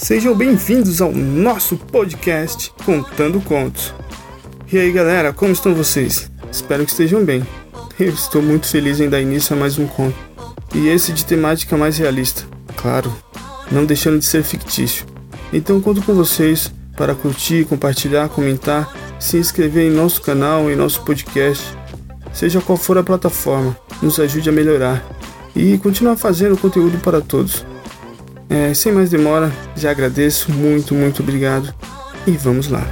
Sejam bem-vindos ao nosso podcast Contando Contos. E aí galera, como estão vocês? Espero que estejam bem. Eu estou muito feliz em dar início a mais um conto. E esse de temática mais realista, claro, não deixando de ser fictício. Então conto com vocês para curtir, compartilhar, comentar, se inscrever em nosso canal, em nosso podcast, seja qual for a plataforma, nos ajude a melhorar e continuar fazendo conteúdo para todos. Sem mais demora, já agradeço, muito obrigado e vamos lá.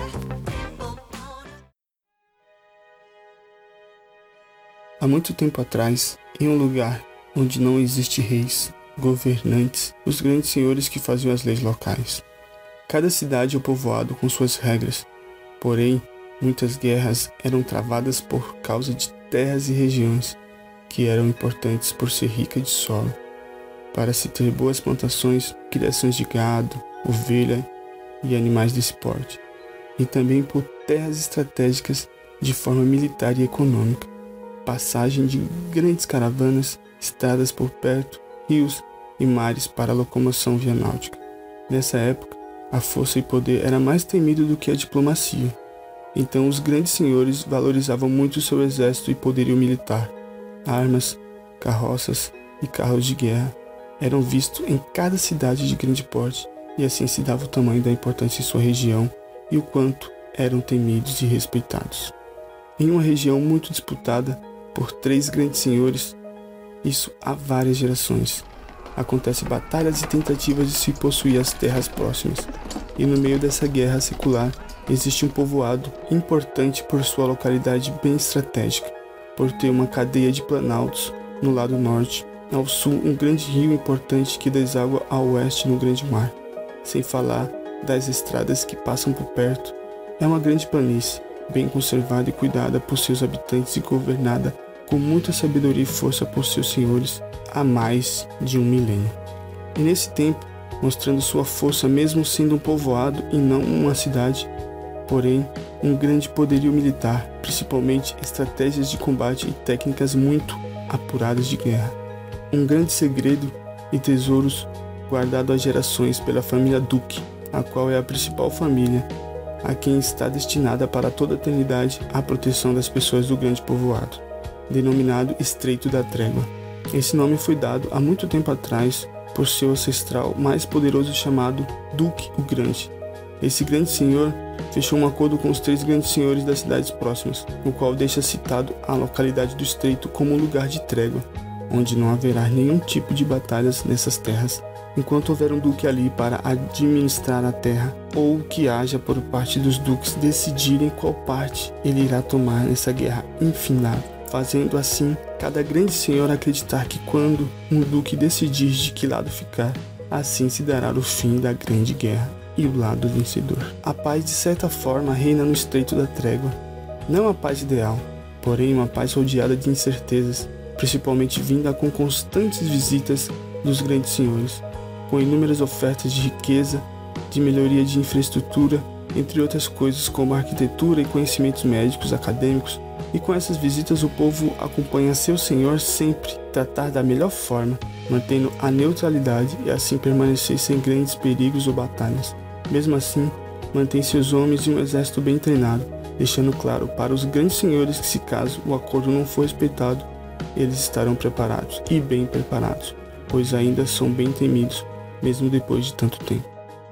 Há muito tempo atrás, em um lugar onde não existe reis, governantes, os grandes senhores que faziam as leis locais. Cada cidade é povoado com suas regras, porém, muitas guerras eram travadas por causa de terras e regiões que eram importantes por ser rica de solo, para se ter boas plantações, criações de gado, ovelha e animais desse porte, e também por terras estratégicas de forma militar e econômica, passagem de grandes caravanas, estradas por perto, rios e mares para a locomoção via náutica. Nessa época, a força e poder era mais temido do que a diplomacia, então os grandes senhores valorizavam muito seu exército e poderio militar. Armas, carroças e carros de guerra eram vistos em cada cidade de grande porte, e assim se dava o tamanho da importância em sua região e o quanto eram temidos e respeitados. Em uma região muito disputada por 3 grandes senhores, isso há várias gerações, acontecem batalhas e tentativas de se possuir as terras próximas, e no meio dessa guerra secular existe um povoado importante por sua localidade bem estratégica, por ter uma cadeia de planaltos no lado norte. Ao sul, um grande rio importante que deságua ao oeste no grande mar, sem falar das estradas que passam por perto. É uma grande planície, bem conservada e cuidada por seus habitantes e governada com muita sabedoria e força por seus senhores há mais de 1 milênio. E nesse tempo, mostrando sua força mesmo sendo um povoado e não uma cidade, porém um grande poderio militar, principalmente estratégias de combate e técnicas muito apuradas de guerra. Um grande segredo e tesouros guardado há gerações pela família Duque, a qual é a principal família, a quem está destinada para toda a eternidade a proteção das pessoas do grande povoado, denominado Estreito da Trégua. Esse nome foi dado há muito tempo atrás por seu ancestral mais poderoso chamado Duque o Grande. Esse grande senhor fechou um acordo com os 3 grandes senhores das cidades próximas, o qual deixa citado a localidade do Estreito como um lugar de trégua, onde não haverá nenhum tipo de batalhas nessas terras, enquanto houver um duque ali para administrar a terra, ou que haja por parte dos duques decidirem qual parte ele irá tomar nessa guerra infindável, fazendo assim cada grande senhor acreditar que quando um duque decidir de que lado ficar, assim se dará o fim da grande guerra e o lado vencedor. A paz de certa forma reina no Estreito da Trégua, não a paz ideal, porém uma paz rodeada de incertezas, principalmente vinda com constantes visitas dos grandes senhores, com inúmeras ofertas de riqueza, de melhoria de infraestrutura, entre outras coisas como arquitetura e conhecimentos médicos, acadêmicos, e com essas visitas o povo acompanha seu senhor sempre tratar da melhor forma, mantendo a neutralidade e assim permanecer sem grandes perigos ou batalhas. Mesmo assim, mantém seus homens e um exército bem treinado, deixando claro para os grandes senhores que se caso o acordo não for respeitado, eles estarão preparados, e bem preparados, pois ainda são bem temidos, mesmo depois de tanto tempo.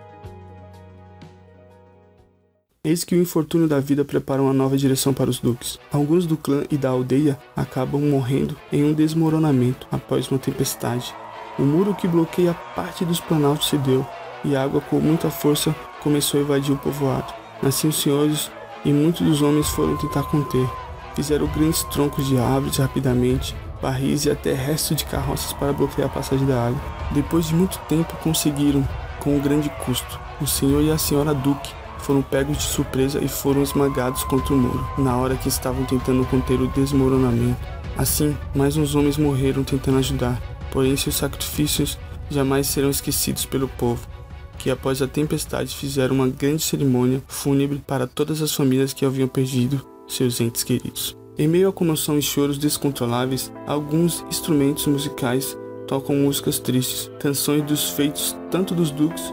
Eis que o infortúnio da vida prepara uma nova direção para os duques. Alguns do clã e da aldeia acabam morrendo em um desmoronamento após uma tempestade. O muro que bloqueia parte dos planaltos cedeu, e a água com muita força começou a invadir o povoado. Assim os senhores e muitos dos homens foram tentar conter. Fizeram grandes troncos de árvores rapidamente, barris e até restos de carroças para bloquear a passagem da água. Depois de muito tempo conseguiram, com um grande custo. O senhor e a senhora Duque foram pegos de surpresa e foram esmagados contra o muro, na hora que estavam tentando conter o desmoronamento. Assim, mais uns homens morreram tentando ajudar, porém seus sacrifícios jamais serão esquecidos pelo povo, que após a tempestade fizeram uma grande cerimônia fúnebre para todas as famílias que haviam perdido seus entes queridos. Em meio à comoção e choros descontroláveis, alguns instrumentos musicais tocam músicas tristes, canções dos feitos tanto dos duques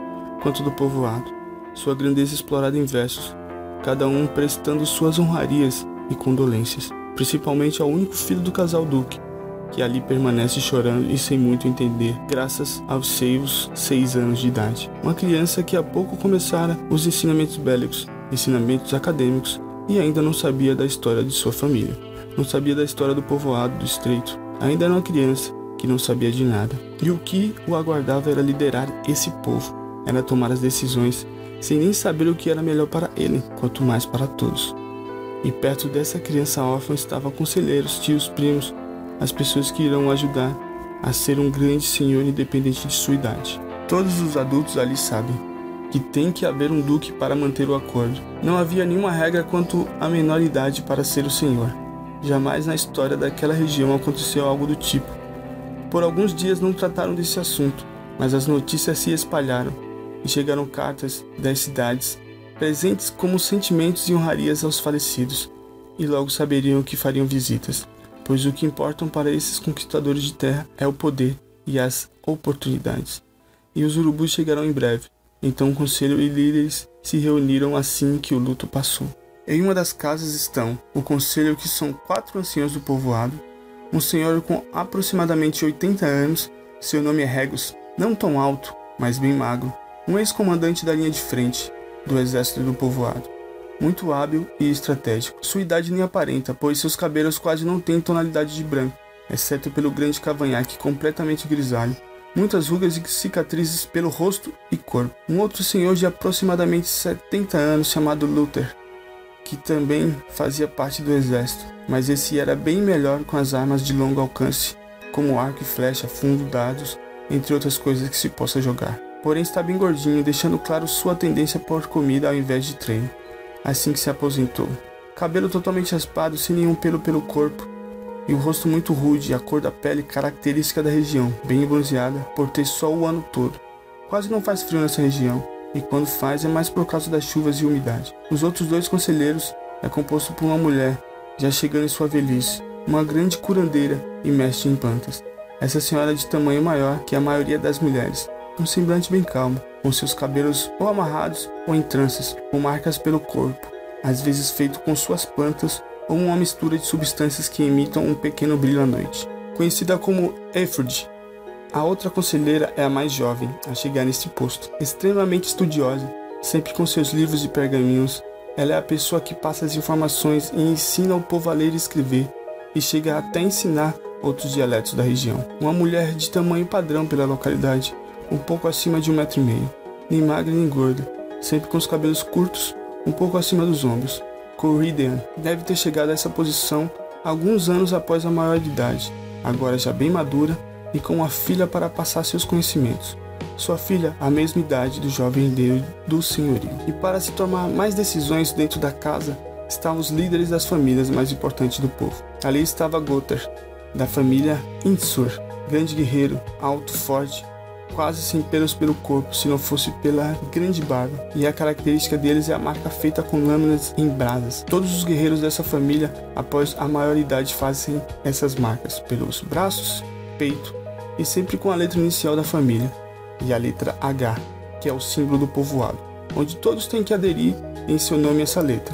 quanto do povoado, sua grandeza explorada em versos, cada um prestando suas honrarias e condolências, principalmente ao único filho do casal Duque, que ali permanece chorando e sem muito entender, graças aos seus 6 anos de idade. Uma criança que há pouco começara os ensinamentos bélicos, ensinamentos acadêmicos, e ainda não sabia da história de sua família. Não sabia da história do povoado do estreito. Ainda era uma criança que não sabia de nada. E o que o aguardava era liderar esse povo, era tomar as decisões, sem nem saber o que era melhor para ele, quanto mais para todos. E perto dessa criança órfã estavam conselheiros, tios, primos, as pessoas que irão ajudar a ser um grande senhor independente de sua idade. Todos os adultos ali sabem que tem que haver um duque para manter o acordo. Não havia nenhuma regra quanto à menor idade para ser o senhor. Jamais na história daquela região aconteceu algo do tipo. Por alguns dias não trataram desse assunto, mas as notícias se espalharam e chegaram cartas das cidades, presentes como sentimentos e honrarias aos falecidos, e logo saberiam que fariam visitas, pois o que importam para esses conquistadores de terra é o poder e as oportunidades. E os urubus chegarão em breve. Então o conselho e líderes se reuniram assim que o luto passou. Em uma das casas estão o conselho, que são 4 anciãos do povoado, um senhor com aproximadamente 80 anos, seu nome é Regus, não tão alto, mas bem magro, um ex-comandante da linha de frente do exército do povoado, muito hábil e estratégico. Sua idade nem aparenta, pois seus cabelos quase não têm tonalidade de branco, exceto pelo grande cavanhaque completamente grisalho, muitas rugas e cicatrizes pelo rosto e corpo. Um outro senhor de aproximadamente 70 anos chamado Luther, que também fazia parte do exército, mas esse era bem melhor com as armas de longo alcance, como arco e flecha, fundo, dados, entre outras coisas que se possa jogar. Porém está bem gordinho, deixando claro sua tendência por comida ao invés de treino, assim que se aposentou. Cabelo totalmente raspado, sem nenhum pelo corpo, e o rosto muito rude, a cor da pele característica da região, bem bronzeada, por ter sol o ano todo. Quase não faz frio nessa região, e quando faz é mais por causa das chuvas e umidade. Os outros 2 conselheiros é composto por uma mulher, já chegando em sua velhice, uma grande curandeira e mestre em plantas. Essa senhora é de tamanho maior que a maioria das mulheres, um semblante bem calmo, com seus cabelos ou amarrados ou em tranças, com marcas pelo corpo, às vezes feito com suas plantas ou uma mistura de substâncias que imitam um pequeno brilho à noite. Conhecida como Efrud, a outra conselheira é a mais jovem a chegar neste posto, extremamente estudiosa, sempre com seus livros e pergaminhos. Ela é a pessoa que passa as informações e ensina o povo a ler e escrever, e chega até a ensinar outros dialetos da região. Uma mulher de tamanho padrão pela localidade, um pouco acima de 1,5 m, nem magra nem gorda, sempre com os cabelos curtos, um pouco acima dos ombros. Corridean deve ter chegado a essa posição alguns anos após a maioridade, agora já bem madura e com uma filha para passar seus conhecimentos. Sua filha, a mesma idade do jovem herdeiro do senhorio. E para se tomar mais decisões dentro da casa, estavam os líderes das famílias mais importantes do povo. Ali estava Gother, da família Insur, grande guerreiro, alto, forte, quase sem pelos pelo corpo, se não fosse pela grande barba, e a característica deles é a marca feita com lâminas em brasas. Todos os guerreiros dessa família, após a maioridade, fazem essas marcas pelos braços, peito, e sempre com a letra inicial da família, e a letra H, que é o símbolo do povoado, onde todos têm que aderir em seu nome essa letra.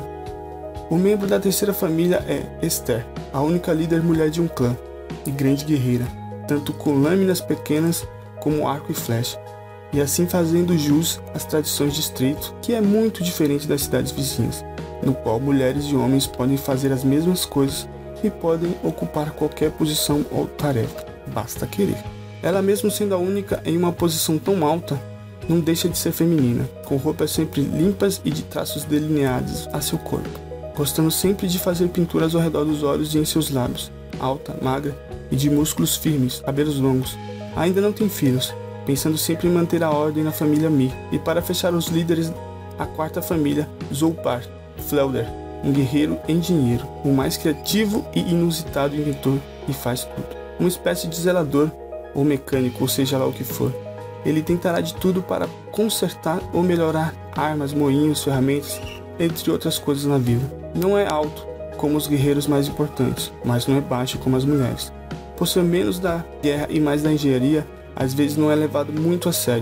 O membro da terceira família é Esther, a única líder mulher de um clã, e grande guerreira, tanto com lâminas pequenas como arco e flecha, e assim fazendo jus às tradições de estreito, que é muito diferente das cidades vizinhas, no qual mulheres e homens podem fazer as mesmas coisas e podem ocupar qualquer posição ou tarefa, basta querer. Ela, mesmo sendo a única em uma posição tão alta, não deixa de ser feminina, com roupas sempre limpas e de traços delineados a seu corpo, gostando sempre de fazer pinturas ao redor dos olhos e em seus lábios, alta, magra e de músculos firmes, cabelos longos. Ainda não tem filhos, pensando sempre em manter a ordem na família Mir. E para fechar os líderes, a quarta família, Zolpar, Fleuder, um guerreiro engenheiro, o mais criativo e inusitado inventor, e faz tudo. Uma espécie de zelador ou mecânico, ou seja lá o que for. Ele tentará de tudo para consertar ou melhorar armas, moinhos, ferramentas, entre outras coisas na vida. Não é alto, como os guerreiros mais importantes, mas não é baixo como as mulheres. Por ser menos da guerra e mais da engenharia, às vezes não é levado muito a sério,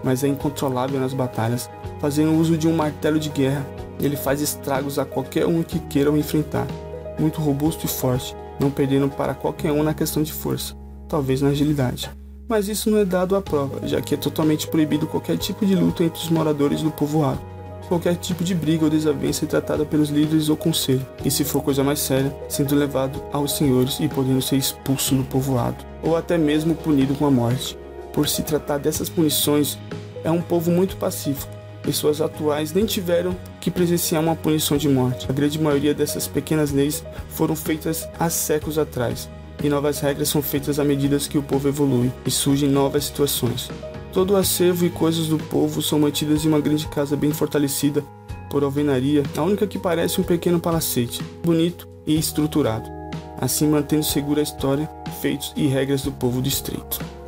mas é incontrolável nas batalhas. Fazendo uso de um martelo de guerra, ele faz estragos a qualquer um que queira o enfrentar. Muito robusto e forte, não perdendo para qualquer um na questão de força, talvez na agilidade. Mas isso não é dado à prova, já que é totalmente proibido qualquer tipo de luta entre os moradores do povoado. Qualquer tipo de briga ou desavença é tratada pelos líderes ou conselho, e se for coisa mais séria, sendo levado aos senhores e podendo ser expulso do povoado, ou até mesmo punido com a morte. Por se tratar dessas punições, é um povo muito pacífico. Pessoas atuais nem tiveram que presenciar uma punição de morte. A grande maioria dessas pequenas leis foram feitas há séculos atrás, e novas regras são feitas à medida que o povo evolui e surgem novas situações. Todo o acervo e coisas do povo são mantidas em uma grande casa bem fortalecida por alvenaria, a única que parece um pequeno palacete, bonito e estruturado, assim mantendo segura a história, feitos e regras do povo do estreito.